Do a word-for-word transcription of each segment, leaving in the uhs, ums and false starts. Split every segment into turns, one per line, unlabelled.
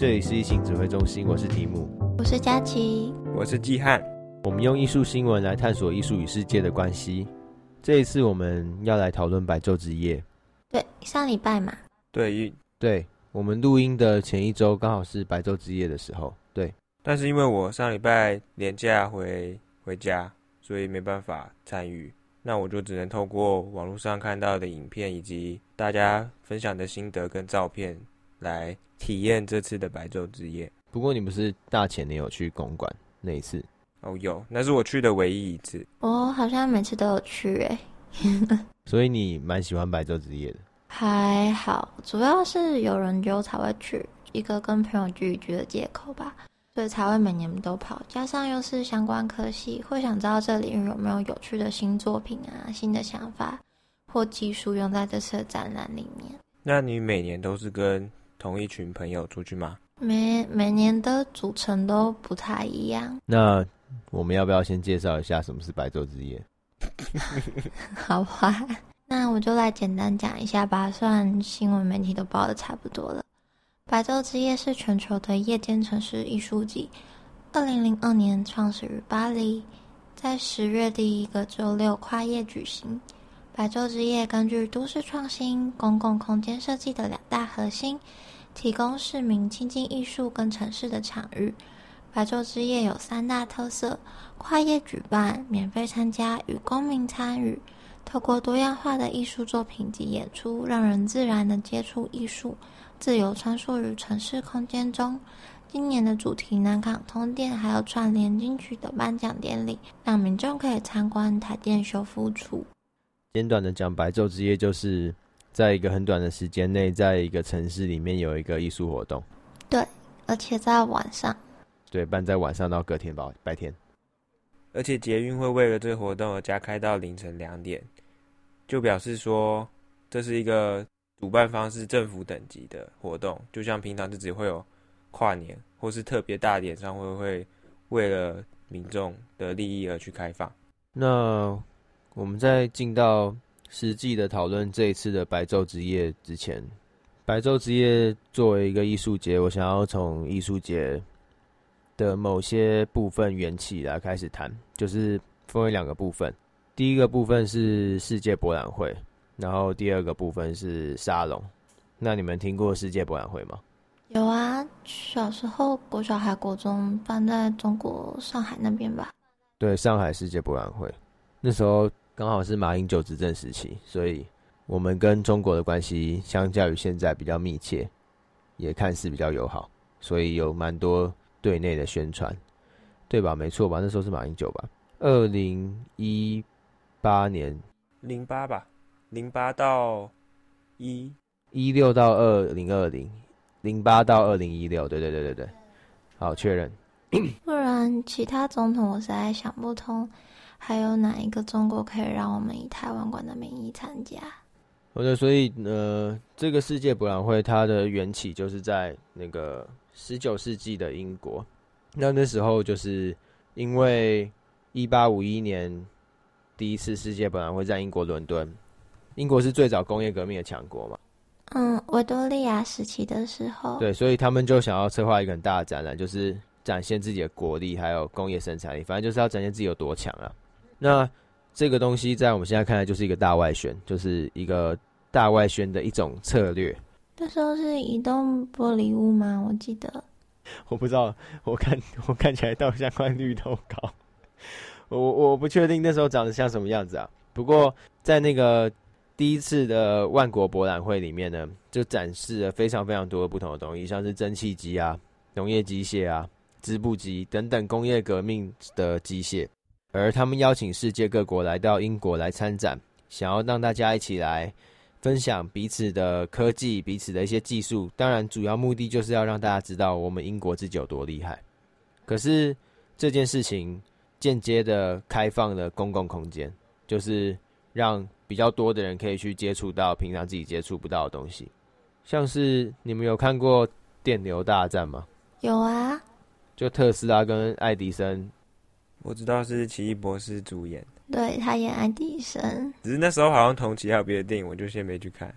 这里是艺行指挥中心，我是提姆，
我是佳琪，
我是季汉。
我们用艺术新闻来探索艺术与世界的关系。这一次我们要来讨论白昼之夜。
对，上礼拜嘛。
对，
对，我们录音的前一周刚好是白昼之夜的时候。对，
但是因为我上礼拜连假回回家，所以没办法参与。那我就只能透过网络上看到的影片以及大家分享的心得跟照片来体验这次的白昼之夜。
不过你不是大前年有去公馆那一次？
哦，有，那是我去的唯一一次。
我好像每次都有去耶
所以你蛮喜欢白昼之夜的？
还好，主要是有人揪才会去，一个跟朋友聚一聚的借口吧，所以才会每年都跑。加上又是相关科系，会想知道这里有没有有趣的新作品啊、新的想法或技术用在这次的展览里面。
那你每年都是跟同一群朋友出去吗？
每每年的组成都不太一样。
那我们要不要先介绍一下什么是白昼之夜？
好吧，那我就来简单讲一下吧，虽然新闻媒体都报的差不多了。白昼之夜是全球的夜间城市艺术季，二零零二年创始于巴黎，在十月第一个周六跨夜举行。白昼之夜根据都市创新、公共空间设计的两大核心，提供市民亲近艺术跟城市的场域。白昼之夜有三大特色：跨夜举办、免费参加与公民参与。透过多样化的艺术作品及演出，让人自然地接触艺术，自由穿梭于城市空间中。今年的主题南港通电还有串联金曲的颁奖典礼，让民众可以参观台电修复处。
简短的讲，白昼之夜就是在一个很短的时间内，在一个城市里面有一个艺术活动。
对，而且在晚上。
对，办在晚上到隔天吧，白天。
而且捷运会为了这个活动而加开到凌晨两点，就表示说这是一个主办方是政府等级的活动，就像平常就只会有跨年或是特别大的演唱会会为了民众的利益而去开放。
那我们在进到实际的讨论这一次的白昼之夜之前，白昼之夜作为一个艺术节，我想要从艺术节的某些部分缘起来开始谈，就是分为两个部分。第一个部分是世界博览会，然后第二个部分是沙龙。那你们听过世界博览会吗？
有啊，小时候国小还国中办在中国上海那边吧。
对，上海世界博览会，那时候刚好是马英九执政时期，所以我们跟中国的关系相较于现在比较密切，也看似比较友好，所以有蛮多对内的宣传，对吧？没错吧？那时候是马英九吧？二零一八年，
零八吧，零八到一
一六到二零二零，零八到二零一六，对对对对对，好，确认。
不然其他总统我实在想不通，还有哪一个中国可以让我们以台湾馆的名义参加？
好的，所以呃，这个世界博览会它的缘起就是在那个十九世纪的英国。那那时候就是因为一八五一年第一次世界博览会在英国伦敦，英国是最早工业革命的强国嘛。
嗯，维多利亚时期的时候。
对，所以他们就想要策划一个很大的展览，就是展现自己的国力还有工业生产力，反正就是要展现自己有多强啊。那这个东西在我们现在看来就是一个大外宣，就是一个大外宣的一种策略。
那时候是移动玻璃屋吗？我记得。
我不知道，我看我看起来倒像块绿豆糕，我我不确定那时候长得像什么样子啊。不过在那个第一次的万国博览会里面呢，就展示了非常非常多的不同的东西，像是蒸汽机啊、农业机械啊、织布机等等工业革命的机械。而他们邀请世界各国来到英国来参展，想要让大家一起来分享彼此的科技、彼此的一些技术，当然主要目的就是要让大家知道我们英国自己有多厉害。可是这件事情间接的开放了公共空间，就是让比较多的人可以去接触到平常自己接触不到的东西。像是你们有看过电流大战吗？
有啊，
就特斯拉跟爱迪生。
我知道是奇异博士主演，
对，他演爱迪生。
只是那时候好像同期还有别的电影，我就先没去看。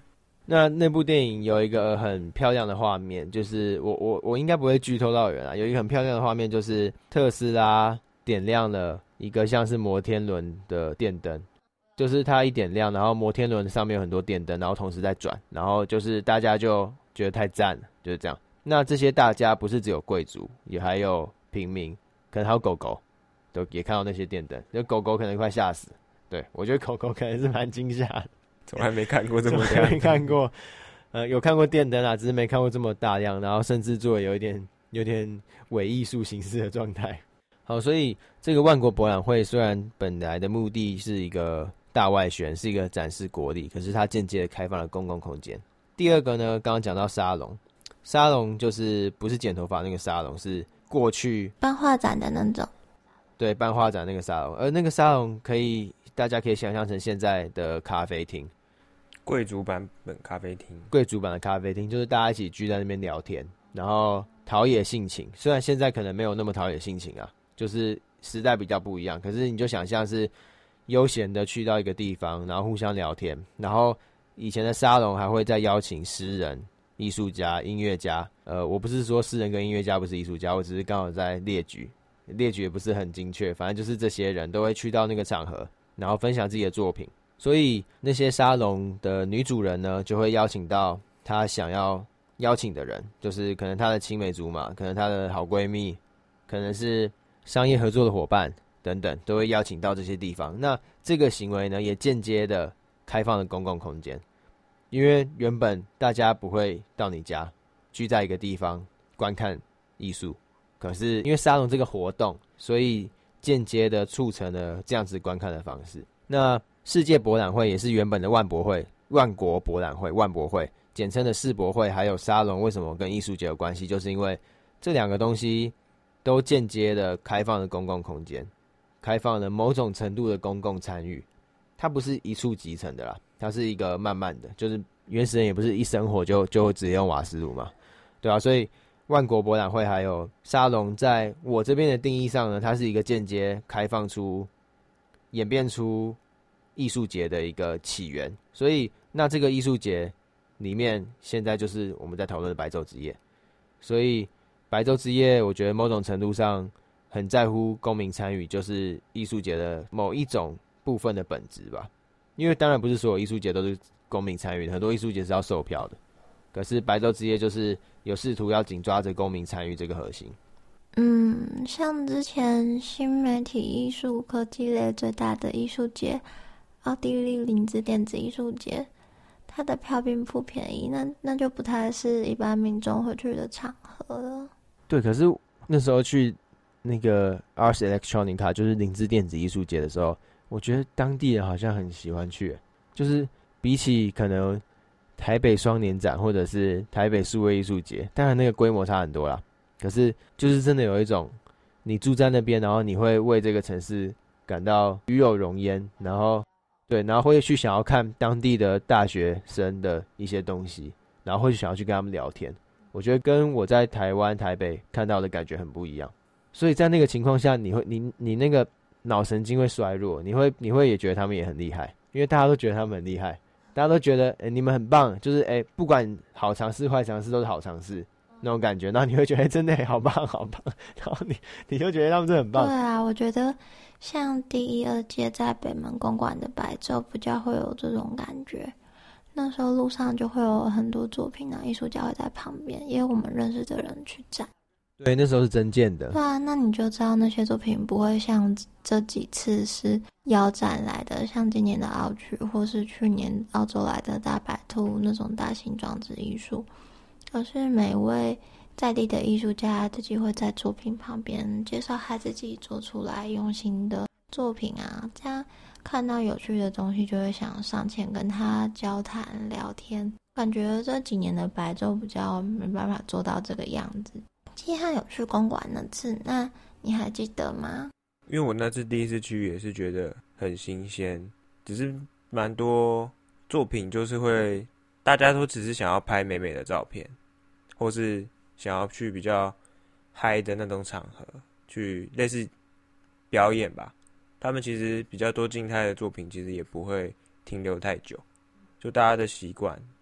那那部电影有一个很漂亮的画面，就是我我我应该不会剧透到人啊，有一个很漂亮的画面，就是特斯拉点亮了一个像是摩天轮的电灯，就是它一点亮，然后摩天轮上面有很多电灯，然后同时在转，然后就是大家就觉得太赞了，就是这样。那这些大家不是只有贵族，也还有平民，可能还有狗狗，都也看到那些电灯，就狗狗可能快吓死。对，我觉得狗狗可能是蛮惊吓的。
从来没看过这么亮，
没看过，呃，有看过电灯啊，只是没看过这么大量，然后甚至做有一点有点伪艺术形式的状态。好，所以这个万国博览会虽然本来的目的是一个大外宣，是一个展示国力，可是它间接的开放了公共空间。第二个呢，刚刚讲到沙龙，沙龙就是不是剪头发那个沙龙，是过去
办画展的那种。
对，办画展那个沙龙，而那个沙龙可以。大家可以想象成现在的咖啡厅，
贵族版本咖啡厅，
贵族版的咖啡厅就是大家一起聚在那边聊天，然后陶冶性情。虽然现在可能没有那么陶冶性情啊，就是时代比较不一样，可是你就想象是悠闲的去到一个地方，然后互相聊天。然后以前的沙龙还会再邀请诗人、艺术家、音乐家。呃，我不是说诗人跟音乐家不是艺术家，我只是刚好在列举，列举也不是很精确，反正就是这些人都会去到那个场合。然后分享自己的作品，所以那些沙龙的女主人呢，就会邀请到她想要邀请的人，就是可能她的青梅竹马，可能她的好闺蜜，可能是商业合作的伙伴等等，都会邀请到这些地方。那这个行为呢，也间接的开放了公共空间，因为原本大家不会到你家聚在一个地方观看艺术，可是因为沙龙这个活动，所以间接的促成了这样子观看的方式。那世界博览会也是原本的万博会、万国博览会、万博会，简称的世博会，还有沙龙，为什么跟艺术节有关系？就是因为这两个东西都间接的开放了公共空间，开放了某种程度的公共参与。它不是一触即成的啦，它是一个慢慢的，就是原始人也不是一生火就就只用瓦斯炉嘛，对啊，所以万国博览会还有沙龙，在我这边的定义上呢，它是一个间接开放出、演变出艺术节的一个起源。所以，那这个艺术节里面，现在就是我们在讨论的白昼之夜。所以，白昼之夜，我觉得某种程度上很在乎公民参与，就是艺术节的某一种部分的本质吧。因为当然不是所有艺术节都是公民参与的，很多艺术节是要售票的。可是白昼之夜就是有试图要紧抓着公民参与这个核心。
嗯，像之前新媒体艺术科技类最大的艺术节奥地利林兹电子艺术节，它的票并不便宜，那那就不太是一般民众会去的场合了。
对，可是那时候去那个 Ars Electronica 就是林兹电子艺术节的时候，我觉得当地人好像很喜欢去，就是比起可能台北双年展或者是台北数位艺术节，当然那个规模差很多啦，可是就是真的有一种你住在那边，然后你会为这个城市感到与有荣焉，然后对，然后会去想要看当地的大学生的一些东西，然后会想要去跟他们聊天。我觉得跟我在台湾台北看到的感觉很不一样，所以在那个情况下，你会你你那个脑神经会衰弱，你会你会也觉得他们也很厉害，因为大家都觉得他们很厉害。大家都觉得，哎、欸，你们很棒，就是哎、欸，不管好尝试坏尝试都是好尝试那种感觉，然后你会觉得、欸、真的、欸、好棒好棒，然后你你就觉得他们真的很棒。
对啊，我觉得像第一、二届在北门公馆的白昼比较会有这种感觉，那时候路上就会有很多作品啊，艺术家会在旁边，也有我们认识的人去展。
对，那时候是真见的。
对啊，那你就知道那些作品不会像这几次是邀展来的，像今年的奥曲或是去年澳洲来的大白兔那种大型装置艺术，而是每位在地的艺术家自己会在作品旁边介绍他自己做出来用心的作品啊，这样看到有趣的东西就会想上前跟他交谈聊天。感觉这几年的白昼比较没办法做到这个样子。季汉有去公馆那次，那你还记得吗？
因为我那次第一次去也是觉得很新鲜，只是蛮多作品就是会大家都只是想要拍美美的照片，或是想要去比较嗨的那种场合去类似表演吧。他们其实比较多静态的作品其实也不会停留太久，就大家的习惯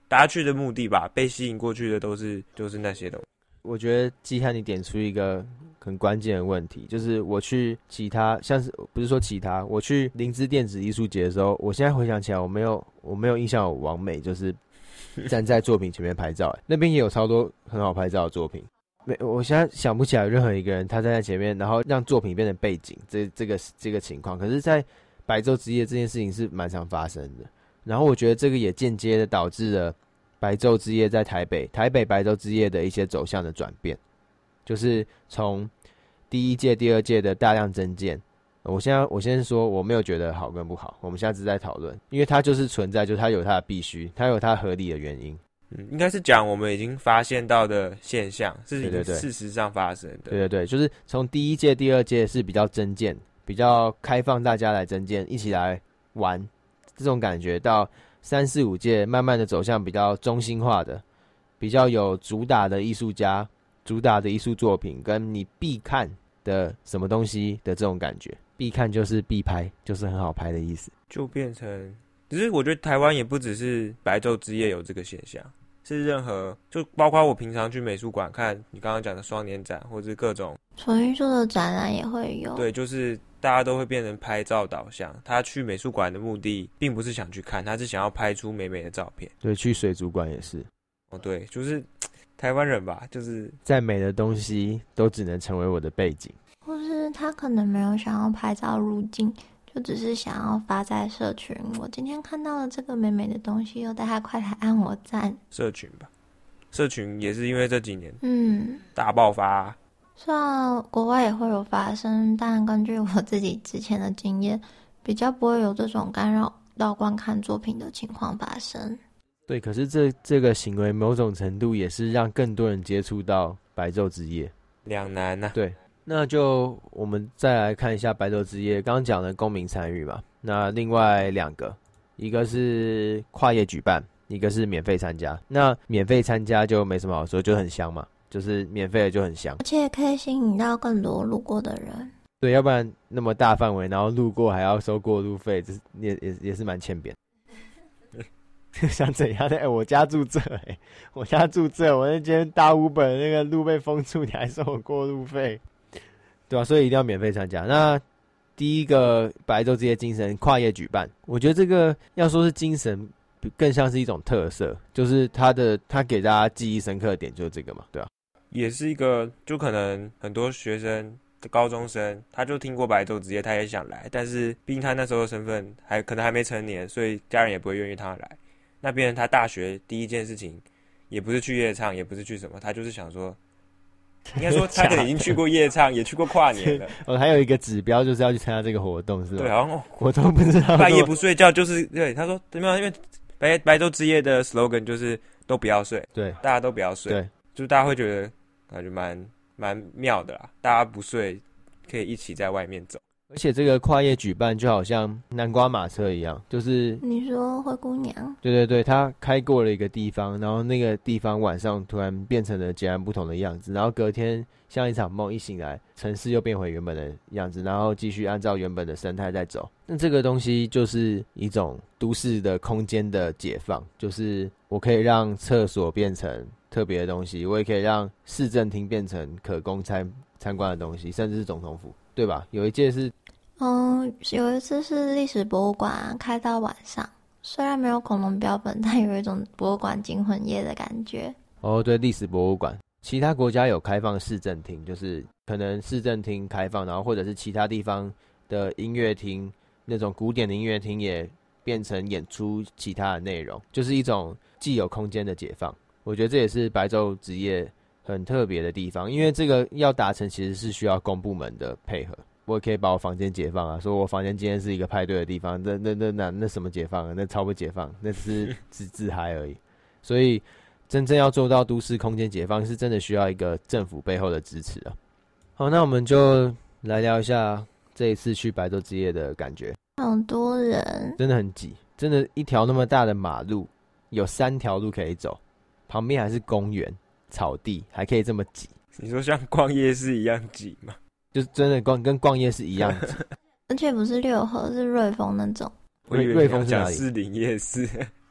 大家去的目的吧，被吸引过去的都是就是那些东西。
我觉得季汉你点出一个很关键的问题，就是我去其他，像是不是说其他，我去林兹电子艺术节的时候，我现在回想起来，我没有我没有印象有王美就是站在作品前面拍照，那边也有超多很好拍照的作品。没，我现在想不起来任何一个人他站在前面，然后让作品变成背景，这这个这个情况。可是，在白昼之夜这件事情是蛮常发生的。然后我觉得这个也间接的导致了白昼之夜在台北台北白昼之夜的一些走向的转变，就是从第一届第二届的大量增建，我现在我先说我没有觉得好跟不好，我们现在只在讨论，因为它就是存在，就是它有它的必须，它有它合理的原因。
嗯，应该是讲我们已经发现到的现象，是已经事实上发生的。
对对对，就是从第一届第二届是比较增建，比较开放大家来增建，一起来玩这种感觉，到三四五届慢慢的走向比较中心化的，比较有主打的艺术家、主打的艺术作品，跟你必看的什么东西的这种感觉。必看就是必拍，就是很好拍的意思。
就变成，只是我觉得台湾也不只是白昼之夜有这个现象，是任何就包括我平常去美术馆看你刚刚讲的双年展，或者各种
纯艺术的展览也会有。
对，就是大家都会变成拍照导向。他去美术馆的目的并不是想去看，他是想要拍出美美的照片。
对，去水族馆也是。
哦，对，就是台湾人吧，就是
再美的东西都只能成为我的背景。
或是他可能没有想要拍照入镜，就只是想要发在社群。我今天看到了这个美美的东西，大家快来按我赞。
社群吧，社群也是因为这几年
嗯
大爆发、啊。
虽然国外也会有发生，但根据我自己之前的经验，比较不会有这种干扰到观看作品的情况发生。
对，可是这这个行为某种程度也是让更多人接触到白昼之夜，
两难啊。
对。那就我们再来看一下白昼之夜，刚刚讲的公民参与嘛，那另外两个，一个是跨业举办，一个是免费参加。那免费参加就没什么好说，就很香嘛，就是免费的就很香，
而且可以吸引到更多路过的人。
对，要不然那么大范围，然后路过还要收过路费，这也也也是蛮欠扁。想怎样的？哎、欸，我家住这、欸，哎，我家住这，我那间大Uber本那个路被封住，你还收我过路费？对啊，所以一定要免费参加。那第一个白昼之夜精神跨业举办，我觉得这个要说是精神，更像是一种特色，就是它的它给大家记忆深刻的点就是这个嘛，对啊，
也是一个，就可能很多学生、高中生，他就听过白昼之夜，他也想来，但是毕竟他那时候的身份还可能还没成年，所以家人也不会愿意他来。那变成他大学第一件事情，也不是去夜唱，也不是去什么，他就是想说。应该说，他可能已经去过夜唱，也去过跨年了。
哦，还有一个指标就是要去参加这个活动，是吧？
对，好像、哦、
我都不知道。
半夜不睡觉就是对他说，对吗？因为白白昼之夜的 slogan 就是都不要睡，
对，
大家都不要睡，
对，
就是大家会觉得感觉蛮蛮妙的啦。大家不睡，可以一起在外面走。
而且这个跨业举办就好像南瓜马车一样，就是
你说灰姑娘，
对对对，他开过了一个地方，然后那个地方晚上突然变成了截然不同的样子，然后隔天像一场梦，一醒来城市又变回原本的样子，然后继续按照原本的生态在走。那这个东西就是一种都市的空间的解放，就是我可以让厕所变成特别的东西，我也可以让市政厅变成可供参参观的东西，甚至是总统府，对吧？有一届是
嗯，有一次是历史博物馆开到晚上，虽然没有恐龙标本，但有一种博物馆惊魂夜的感觉。
哦，对，历史博物馆，其他国家有开放市政厅，就是可能市政厅开放，然后或者是其他地方的音乐厅，那种古典的音乐厅也变成演出其他的内容，就是一种既有空间的解放。我觉得这也是白昼之夜很特别的地方，因为这个要达成其实是需要公部门的配合。我也可以把我房间解放啊，说我房间今天是一个派对的地方，那那那那那什么解放啊？那超不解放，那是自自嗨而已。所以真正要做到都市空间解放，是真的需要一个政府背后的支持啊。好，那我们就来聊一下这一次去白昼之夜的感觉。
好多人，
真的很挤，真的一条那么大的马路，有三条路可以走，旁边还是公园、草地，还可以这么挤。
你说像逛夜市一样挤吗？
就是真的逛跟逛夜市一样挤，
而且不是六合，是瑞丰那种。
我以为你要讲士林夜市，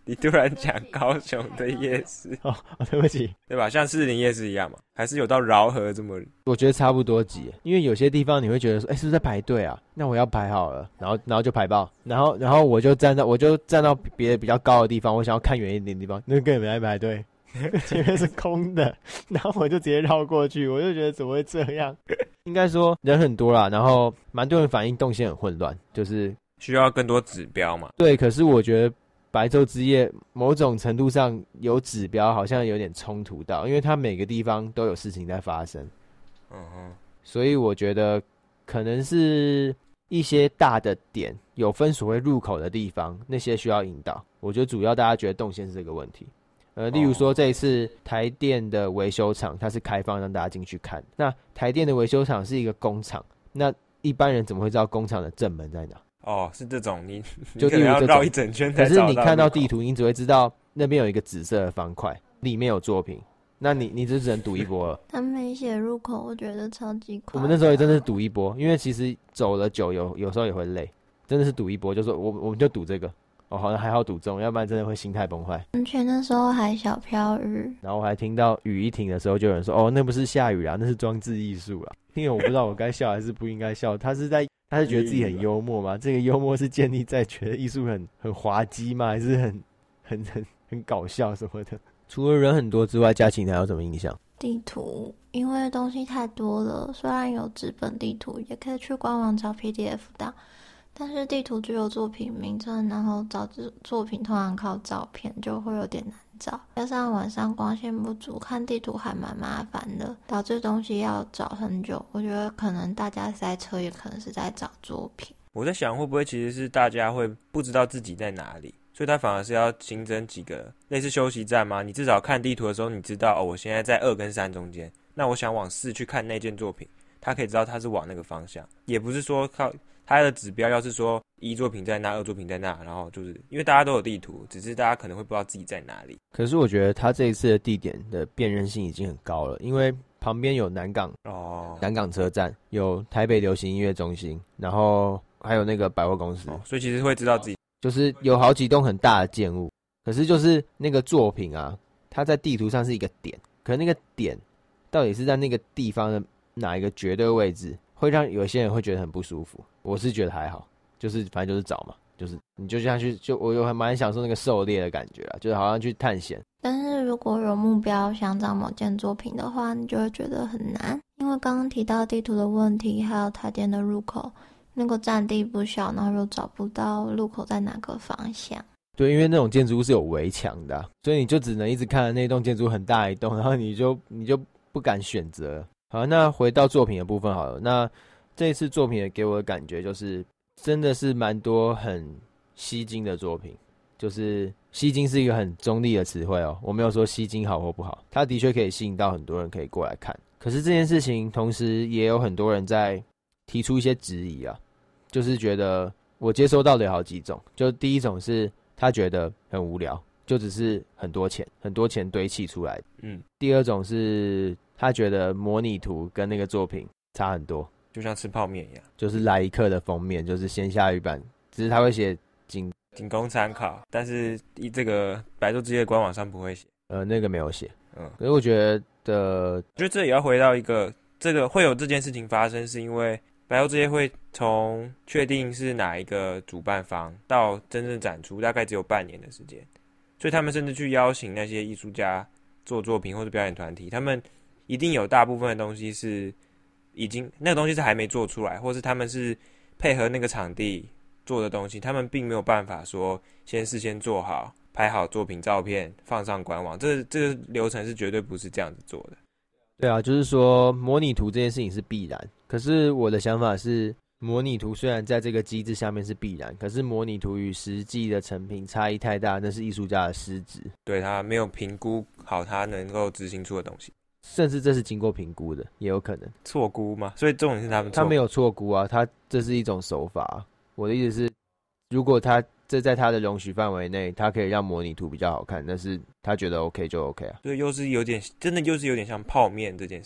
你突然讲高雄的夜市
哦哦，对不起，
对吧？像士林夜市一样嘛，还是有到饶河这么？
我觉得差不多挤，因为有些地方你会觉得说，哎、欸，是不是在排队啊？那我要排好了，然后然后就排爆，然后然后我就站到我就站到别的比较高的地方，我想要看远一点的地方，那根本没在排队。前面是空的，然后我就直接绕过去，我就觉得怎么会这样？应该说人很多啦，然后蛮多人反映动线很混乱，就是
需要更多指标嘛。
对，可是我觉得白昼之夜某种程度上有指标，好像有点冲突到，因为它每个地方都有事情在发生。
嗯哼，
所以我觉得可能是一些大的点有分所谓入口的地方，那些需要引导。我觉得主要大家觉得动线是这个问题。呃，例如说这一次台电的维修厂，它是开放让大家进去看。那台电的维修厂是一个工厂，那一般人怎么会知道工厂的正门在哪？
哦，是这种，你
就
你可能要绕一整圈才找到。
可是你看到地图，你只会知道那边有一个紫色的方块，里面有作品。那你你就只能赌一波了。
他没写入口，我觉得超级快。
我们那时候也真的是赌一波，因为其实走了久有有时候也会累，真的是赌一波，就说我我们就赌这个。哦，好像还好赌中，要不然真的会心态崩坏。
完全那时候还小飘雨，
然后我还听到雨一停的时候，就有人说：“哦，那不是下雨啊，那是装置艺术啊。”因为我不知道我该笑还是不应该笑。他是在他是觉得自己很幽默吗？这个幽默是建立在觉得艺术很很滑稽吗？还是很很很很搞笑什么的？除了人很多之外，嘉琪你还有什么印象？
地图，因为东西太多了，虽然有纸本地图，也可以去官网找 P D F 档。但是地图只有作品名称，然后找作品通常靠照片，就会有点难找。加上晚上光线不足，看地图还蛮麻烦的，导致东西要找很久。我觉得可能大家塞车，也可能是在找作品。
我在想，会不会其实是大家会不知道自己在哪里，所以他反而是要新增几个类似休息站吗？你至少看地图的时候，你知道哦，我现在在二跟三中间，那我想往四去看那件作品，他可以知道他是往那个方向，也不是说靠。它的指标要是说一作品在那，二作品在那，然后就是因为大家都有地图，只是大家可能会不知道自己在哪里。
可是我觉得它这一次的地点的辨认性已经很高了，因为旁边有南港
哦，
南港车站，有台北流行音乐中心，然后还有那个百货公司，
哦，所以其实会知道自己
就是有好几栋很大的建物。可是就是那个作品啊，它在地图上是一个点，可是那个点到底是在那个地方的哪一个绝对位置？会让有些人会觉得很不舒服，我是觉得还好，就是反正就是找嘛，就是你就像去就我有还蛮享受那个狩猎的感觉啦，就是好像去探险。
但是如果有目标想找某件作品的话，你就会觉得很难，因为刚刚提到地图的问题，还有台电的入口，那个占地不小，然后又找不到入口在哪个方向。
对，因为那种建筑物是有围墙的，啊，所以你就只能一直看那栋建筑很大一栋，然后你就你就不敢选择。好，那回到作品的部分好了。那这一次作品也给我的感觉就是，真的是蛮多很吸睛的作品。就是吸睛是一个很中立的词汇哦，我没有说吸睛好或不好，它的确可以吸引到很多人可以过来看。可是这件事情同时也有很多人在提出一些质疑啊，就是觉得我接收到的有好几种，就第一种是他觉得很无聊，就只是很多钱，很多钱堆砌出来的。嗯，第二种是他觉得模拟图跟那个作品差很多，
就像吃泡面一样，
就是来一克的封面，就是先下雨版，只是他会写仅
仅供参考，但是这个白昼之夜官网上不会写，
呃，那个没有写。
嗯，
可是我觉得，
我觉得这也要回到一个，这个会有这件事情发生，是因为白昼之夜会从确定是哪一个主办方到真正展出，大概只有半年的时间，所以他们甚至去邀请那些艺术家做作品或者表演团体，他们一定有大部分的东西是已经那个东西是还没做出来，或是他们是配合那个场地做的东西，他们并没有办法说先事先做好，拍好作品照片放上官网，这这个流程是绝对不是这样子做的。
对啊，就是说模拟图这件事情是必然，可是我的想法是，模拟图虽然在这个机制下面是必然，可是模拟图与实际的成品差异太大，那是艺术家的失职，
对，他没有评估好他能够执行出的东西，甚
至这是经过评估的，也有可能
错估嘛。所以重点是他们错，
他没有错估啊，他这是一种手法啊。我的意思是，如果他这在他的容许范围内，他可以让模拟图比较好看，但是他觉得 OK 就 OK 啊。
对，又是有点真的，又是有点像泡面这件事情。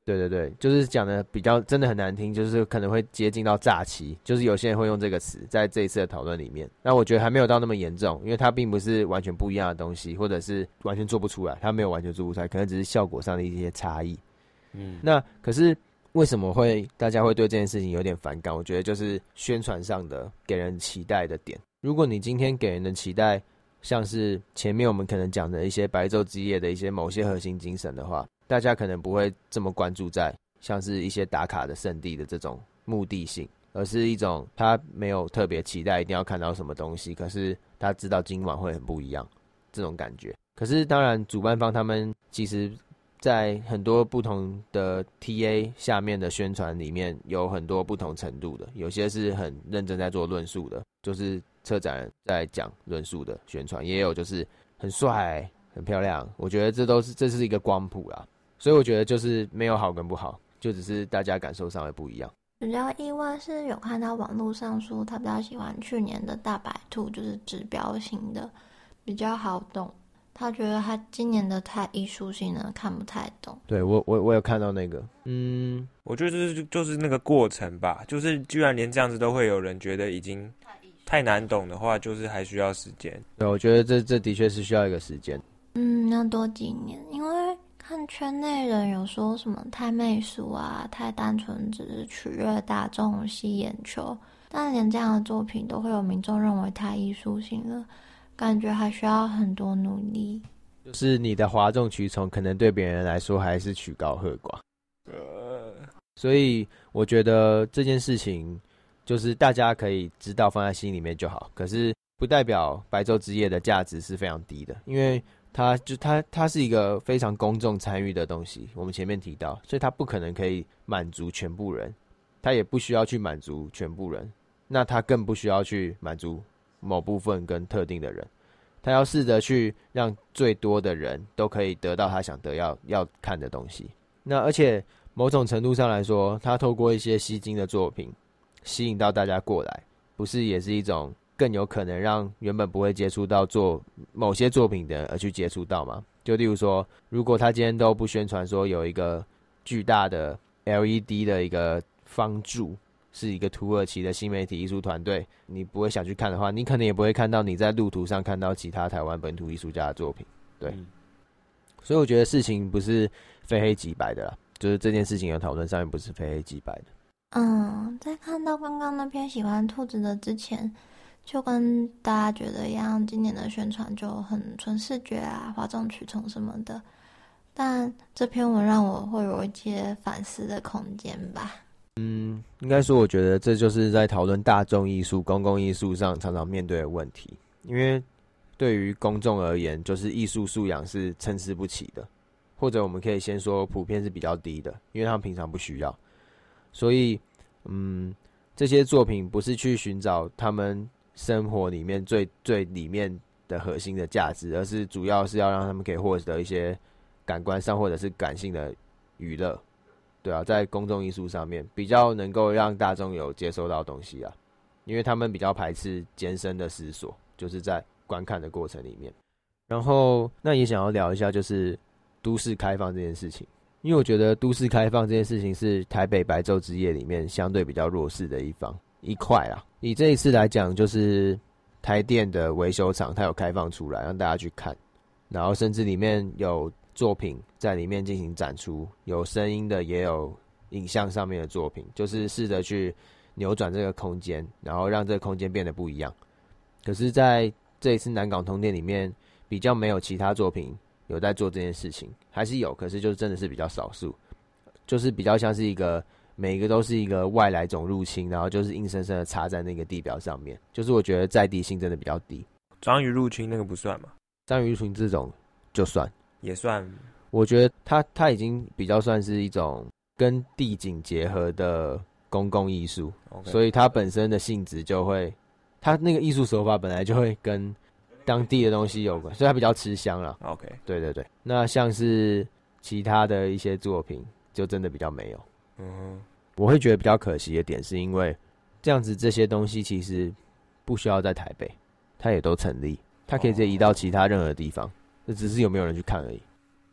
对对对，就是讲的比较真的很难听，就是可能会接近到诈欺，就是有些人会用这个词在这一次的讨论里面。那我觉得还没有到那么严重，因为它并不是完全不一样的东西，或者是完全做不出来，它没有完全做不出来，可能只是效果上的一些差异。嗯，那可是为什么会大家会对这件事情有点反感？我觉得就是宣传上的给人期待的点。如果你今天给人的期待像是前面我们可能讲的一些白昼之夜的一些某些核心精神的话，大家可能不会这么关注在像是一些打卡的圣地的这种目的性，而是一种他没有特别期待一定要看到什么东西，可是他知道今晚会很不一样这种感觉。可是当然主办方他们其实在很多不同的 T A 下面的宣传里面有很多不同程度的，有些是很认真在做论述的，就是策展人在讲论述的宣传，也有就是很帅很漂亮，我觉得这都是这是一个光谱啦。所以我觉得就是没有好跟不好，就只是大家感受上会不一样。
比较意外是有看到网络上说他比较喜欢去年的大白兔，就是指标型的比较好懂，他觉得他今年的太艺术性的看不太懂。
对，我我我有看到那个，嗯，
我觉得就是就是那个过程吧，就是居然连这样子都会有人觉得已经太难懂的话，就是还需要时间。
对，我觉得这这的确是需要一个时间。
嗯，要多几年，因为看圈内人有说什么太媚俗啊，太单纯只是取悦大众吸眼球，但连这样的作品都会有民众认为太艺术性了，感觉还需要很多努力。
就是你的哗众取宠可能对别人来说还是曲高和寡，呃，所以我觉得这件事情就是大家可以知道放在心里面就好，可是不代表白昼之夜的价值是非常低的，因为它就它它是一个非常公众参与的东西，我们前面提到，所以它不可能可以满足全部人，它也不需要去满足全部人，那它更不需要去满足某部分跟特定的人，他要试着去让最多的人都可以得到他想得要要看的东西。那而且某种程度上来说，他透过一些吸睛的作品吸引到大家过来，不是也是一种更有可能让原本不会接触到做某些作品的人而去接触到吗？就例如说，如果他今天都不宣传说有一个巨大的 L E D 的一个方柱，是一个土耳其的新媒体艺术团队，你不会想去看的话，你可能也不会看到你在路途上看到其他台湾本土艺术家的作品。对、嗯，所以我觉得事情不是非黑即白的啦，就是这件事情的讨论上面不是非黑即白的。
嗯，在看到刚刚那篇喜欢兔子的之前，就跟大家觉得一样，今年的宣传就很纯视觉啊，哗众取宠什么的。但这篇文让我会有一些反思的空间吧。
嗯，应该说我觉得这就是在讨论大众艺术、公共艺术上常常面对的问题。因为对于公众而言，就是艺术素养是参差不齐的，或者我们可以先说普遍是比较低的，因为他们平常不需要。所以，嗯，这些作品不是去寻找他们生活里面最最里面的核心的价值，而是主要是要让他们可以获得一些感官上或者是感性的娱乐。对啊，在公众艺术上面比较能够让大众有接收到东西啊，因为他们比较排斥艰深的思索，就是在观看的过程里面。然后，那也想要聊一下就是都市开放这件事情，因为我觉得都市开放这件事情是台北白昼之夜里面相对比较弱势的一方一块啊。以这一次来讲，就是台电的维修厂它有开放出来让大家去看，然后甚至里面有作品在里面进行展出，有声音的也有影像上面的作品，就是试着去扭转这个空间，然后让这个空间变得不一样。可是在这一次南港通电里面比较没有其他作品有在做这件事情，还是有，可是就是真的是比较少数，就是比较像是一个每一个都是一个外来种入侵，然后就是硬生生的插在那个地表上面，就是我觉得在地性真的比较低。
章鱼入侵那个不算吗？
章鱼入侵这种就算
也算，
我觉得它它已经比较算是一种跟地景结合的公共艺术， okay. 所以它本身的性质就会，它那个艺术手法本来就会跟当地的东西有关，所以它比较吃香啦。
OK，
对对对。那像是其他的一些作品，就真的比较没有。嗯，我会觉得比较可惜的点，是因为这样子这些东西其实不需要在台北，它也都成立，它可以直接移到其他任何地方。这只是有没有人去看而已。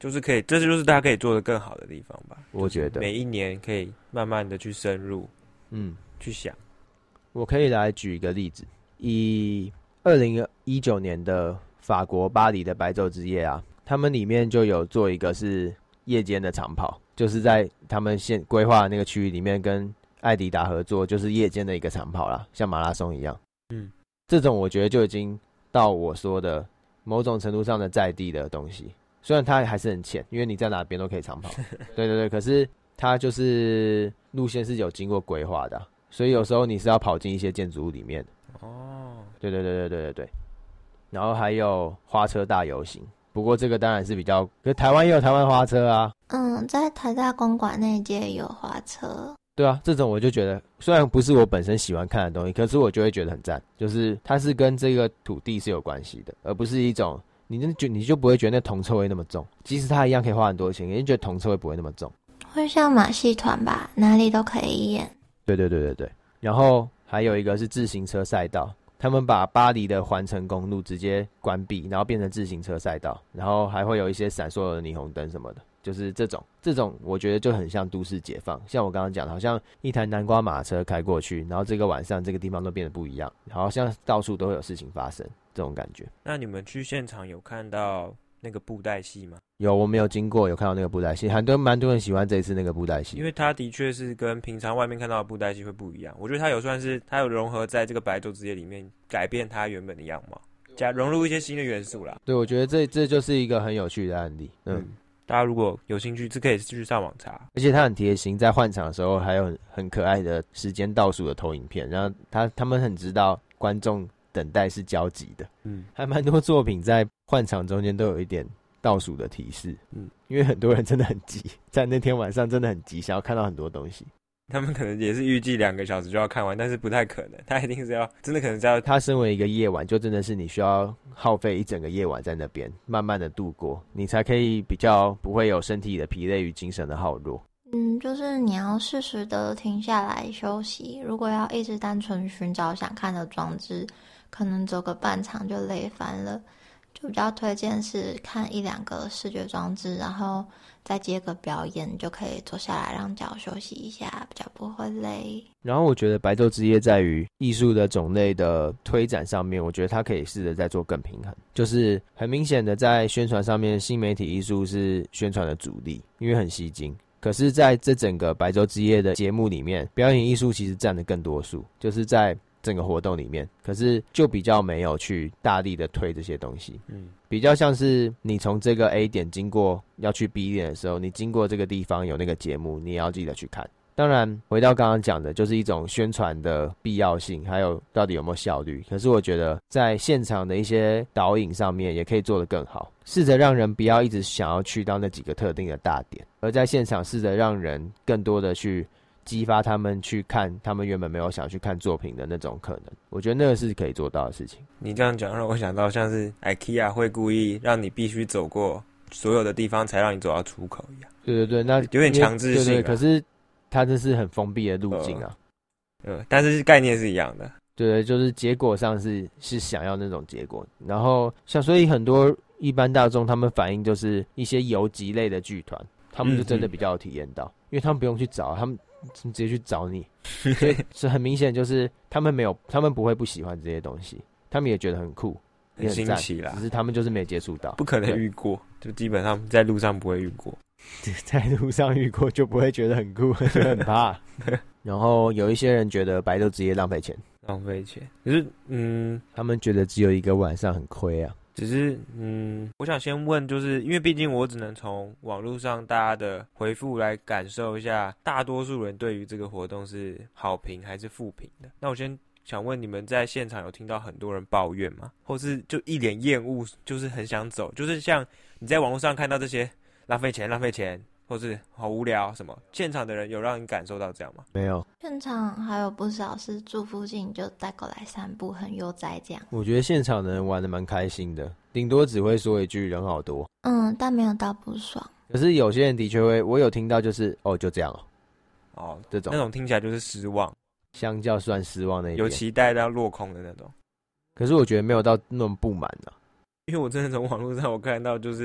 就是可以，这就是大家可以做得更好的地方吧。
我觉得
每一年可以慢慢的去深入，嗯，去想。
我可以来举一个例子，以二零一九年的法国巴黎的白昼之夜啊，他们里面就有做一个是夜间的长跑，就是在他们现规划的那个区域里面跟艾迪达合作，就是夜间的一个长跑啦，像马拉松一样。嗯，这种我觉得就已经到我说的某种程度上的在地的东西，虽然它还是很浅，因为你在哪边都可以长跑。对对对，可是它就是路线是有经过规划的啊，所以有时候你是要跑进一些建筑物里面。哦，对对对对对对对。然后还有花车大游行，不过这个当然是比较，可是台湾也有台湾花车啊。
嗯，在台大公馆那一届有花车。
对啊，这种我就觉得，虽然不是我本身喜欢看的东西，可是我就会觉得很赞，就是它是跟这个土地是有关系的，而不是一种你就你就不会觉得那铜臭味那么重，即使它一样可以花很多钱，你就觉得铜臭味不会那么重。
会像马戏团吧，哪里都可以演。
对对对对对。然后还有一个是自行车赛道，他们把巴黎的环城公路直接关闭，然后变成自行车赛道，然后还会有一些闪烁的霓虹灯什么的。就是这种这种我觉得就很像都市解放，像我刚刚讲的，好像一台南瓜马车开过去，然后这个晚上这个地方都变得不一样，好像到处都会有事情发生，这种感觉。
那你们去现场有看到那个布袋戏吗？
有，我们有经过，有看到那个布袋戏，很多蛮多人喜欢这一次那个布袋戏，
因为它的确是跟平常外面看到的布袋戏会不一样。我觉得它有算是它有融合在这个白昼之夜里面，改变它原本的样貌，加融入一些新的元素啦。
对，我觉得这这就是一个很有趣的案例。嗯。嗯，
大家如果有兴趣，这可以去上网查。
而且他很贴心，在换场的时候还有很很可爱的时间倒数的投影片，然后他他们很知道观众等待是焦急的，嗯，还蛮多作品在换场中间都有一点倒数的提示，嗯，因为很多人真的很急，在那天晚上真的很急，想要看到很多东西。
他们可能也是预计两个小时就要看完，但是不太可能，他一定是要真的可能是要。
他身为一个夜晚，就真的是你需要耗费一整个夜晚在那边，慢慢的度过，你才可以比较不会有身体的疲累与精神的耗弱。
嗯，就是你要适时的停下来休息。如果要一直单纯寻找想看的装置，可能走个半场就累翻了。就比较推荐是看一两个视觉装置，然后再接个表演，就可以坐下来让脚休息一下，比较不会累。
然后我觉得白昼之夜在于艺术的种类的推展上面，我觉得它可以试着再做更平衡。就是很明显的在宣传上面，新媒体艺术是宣传的主力，因为很吸睛。可是在这整个白昼之夜的节目里面，表演艺术其实占的更多数，就是在整个活动里面，可是就比较没有去大力的推这些东西，嗯，比较像是你从这个 A 点经过要去 B 点的时候，你经过这个地方有那个节目，你也要记得去看。当然回到刚刚讲的，就是一种宣传的必要性，还有到底有没有效率。可是我觉得在现场的一些导引上面也可以做得更好，试着让人不要一直想要去到那几个特定的大点，而在现场试着让人更多的去激发他们去看他们原本没有想去看作品的那种可能，我觉得那个是可以做到的事情。
你这样讲让我想到像是 IKEA 会故意让你必须走过所有的地方才让你走到出口一样。
对对对，那
有点强制性、啊。
对对，可是它这是很封闭的路径啊。
呃，呃，但是概念是一样的。
对对，就是结果上是是想要那种结果，然后像所以很多一般大众他们反映就是一些游击类的剧团，他们就真的比较有体验到、嗯，因为他们不用去找他们。直接去找你，所以是很明显，就是他们没有，他们不会不喜欢这些东西，他们也觉得很酷，
很新奇啦。
只是他们就是没接触到，
不可能遇过，就基本上在路上不会遇过，
在路上遇过就不会觉得很酷，觉得很怕。然后有一些人觉得白昼之夜浪费钱，
浪费钱，可是嗯，
他们觉得只有一个晚上很亏啊。
只是，嗯，我想先问，就是因为毕竟我只能从网络上大家的回复来感受一下，大多数人对于这个活动是好评还是负评的。那我先想问，你们在现场有听到很多人抱怨吗？或是就一脸厌恶，就是很想走，就是像你在网络上看到这些浪费钱、浪费钱，或是好无聊什么，现场的人有让你感受到这样吗？
没有，
现场还有不少是住附近就带过来散步，很悠哉这样。
我觉得现场的人玩得蛮开心的，顶多只会说一句人好多，
嗯，但没有到不爽。
可是有些人的确会，我有听到就是哦就这样哦，
哦
这种
那种听起来就是失望，
相较算失望那一边，
有期待到落空的那种。
可是我觉得没有到那种不满啊，
因为我真的从网络上我看到就是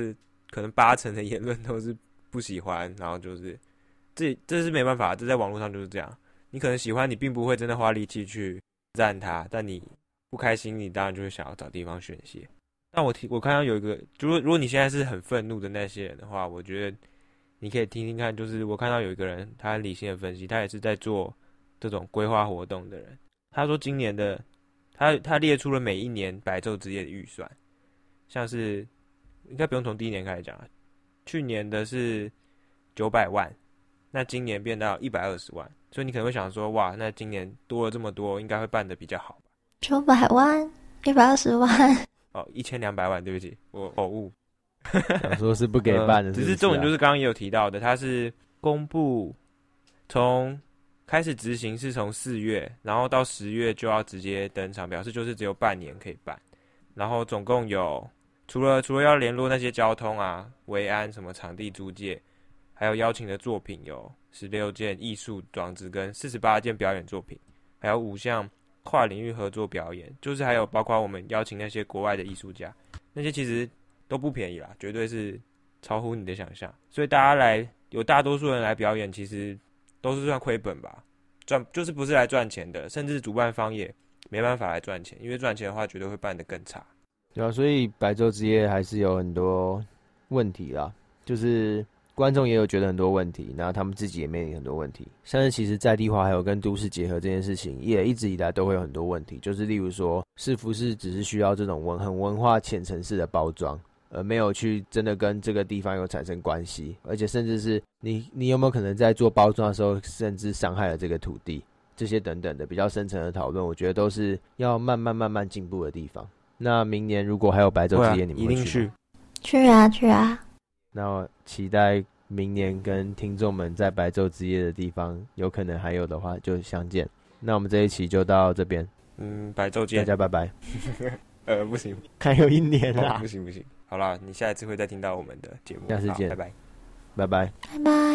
可能八成的言论都是不喜欢，然后就是这这是没办法，这在网络上就是这样。你可能喜欢，你并不会真的花力气去赞他，但你不开心，你当然就会想要找地方宣泄。但我听我看到有一个，如果如果你现在是很愤怒的那些人的话，我觉得你可以听听看，就是我看到有一个人，他很理性的分析，他也是在做这种规划活动的人。他说今年的他他列出了每一年白昼之夜的预算，像是应该不用从第一年开始讲，去年的是九百万，那今年变到一百二十万，所以你可能会想说，哇，那今年多了这么多，应该会办得比较好吧？
九百万，一百二十万，
哦，一千两百万，对不起，我口误。
想说是不给办的是不是啊，
呃，只是重点就是刚刚也有提到的，它是公布从开始执行是从四月，然后到十月就要直接登场，表示就是只有半年可以办。然后总共有除了除了要联络那些交通啊、维安什么场地租借，还有邀请的作品有十六件艺术装置跟四十八件表演作品，还有五项跨领域合作表演，就是还有包括我们邀请那些国外的艺术家，那些其实都不便宜啦，绝对是超乎你的想象。所以大家来有大多数人来表演，其实都是算亏本吧，赚就是不是来赚钱的，甚至主办方也没办法来赚钱，因为赚钱的话绝对会办得更差。
对啊，所以白昼之夜还是有很多问题啦，就是观众也有觉得很多问题，然后他们自己也面临很多问题。像是其实在地化还有跟都市结合这件事情，也一直以来都会有很多问题，就是例如说是不是只是需要这种文很文化浅层式的包装，而没有去真的跟这个地方有产生关系，而且甚至是你你有没有可能在做包装的时候，甚至伤害了这个土地，这些等等的比较深层的讨论，我觉得都是要慢慢慢慢进步的地方。那明年如果还有白昼之夜，你们会去吗？
去啊去啊！
那我期待明年跟听众们在白昼之夜的地方，有可能还有的话就相见。那我们这一期就到这边，
嗯，白昼见，
大家拜拜。
呃，不行，
还有一年啦，
哦，不行不行。好啦，你下一次会再听到我们的节目，
下次见，
拜拜，
拜拜，
拜拜。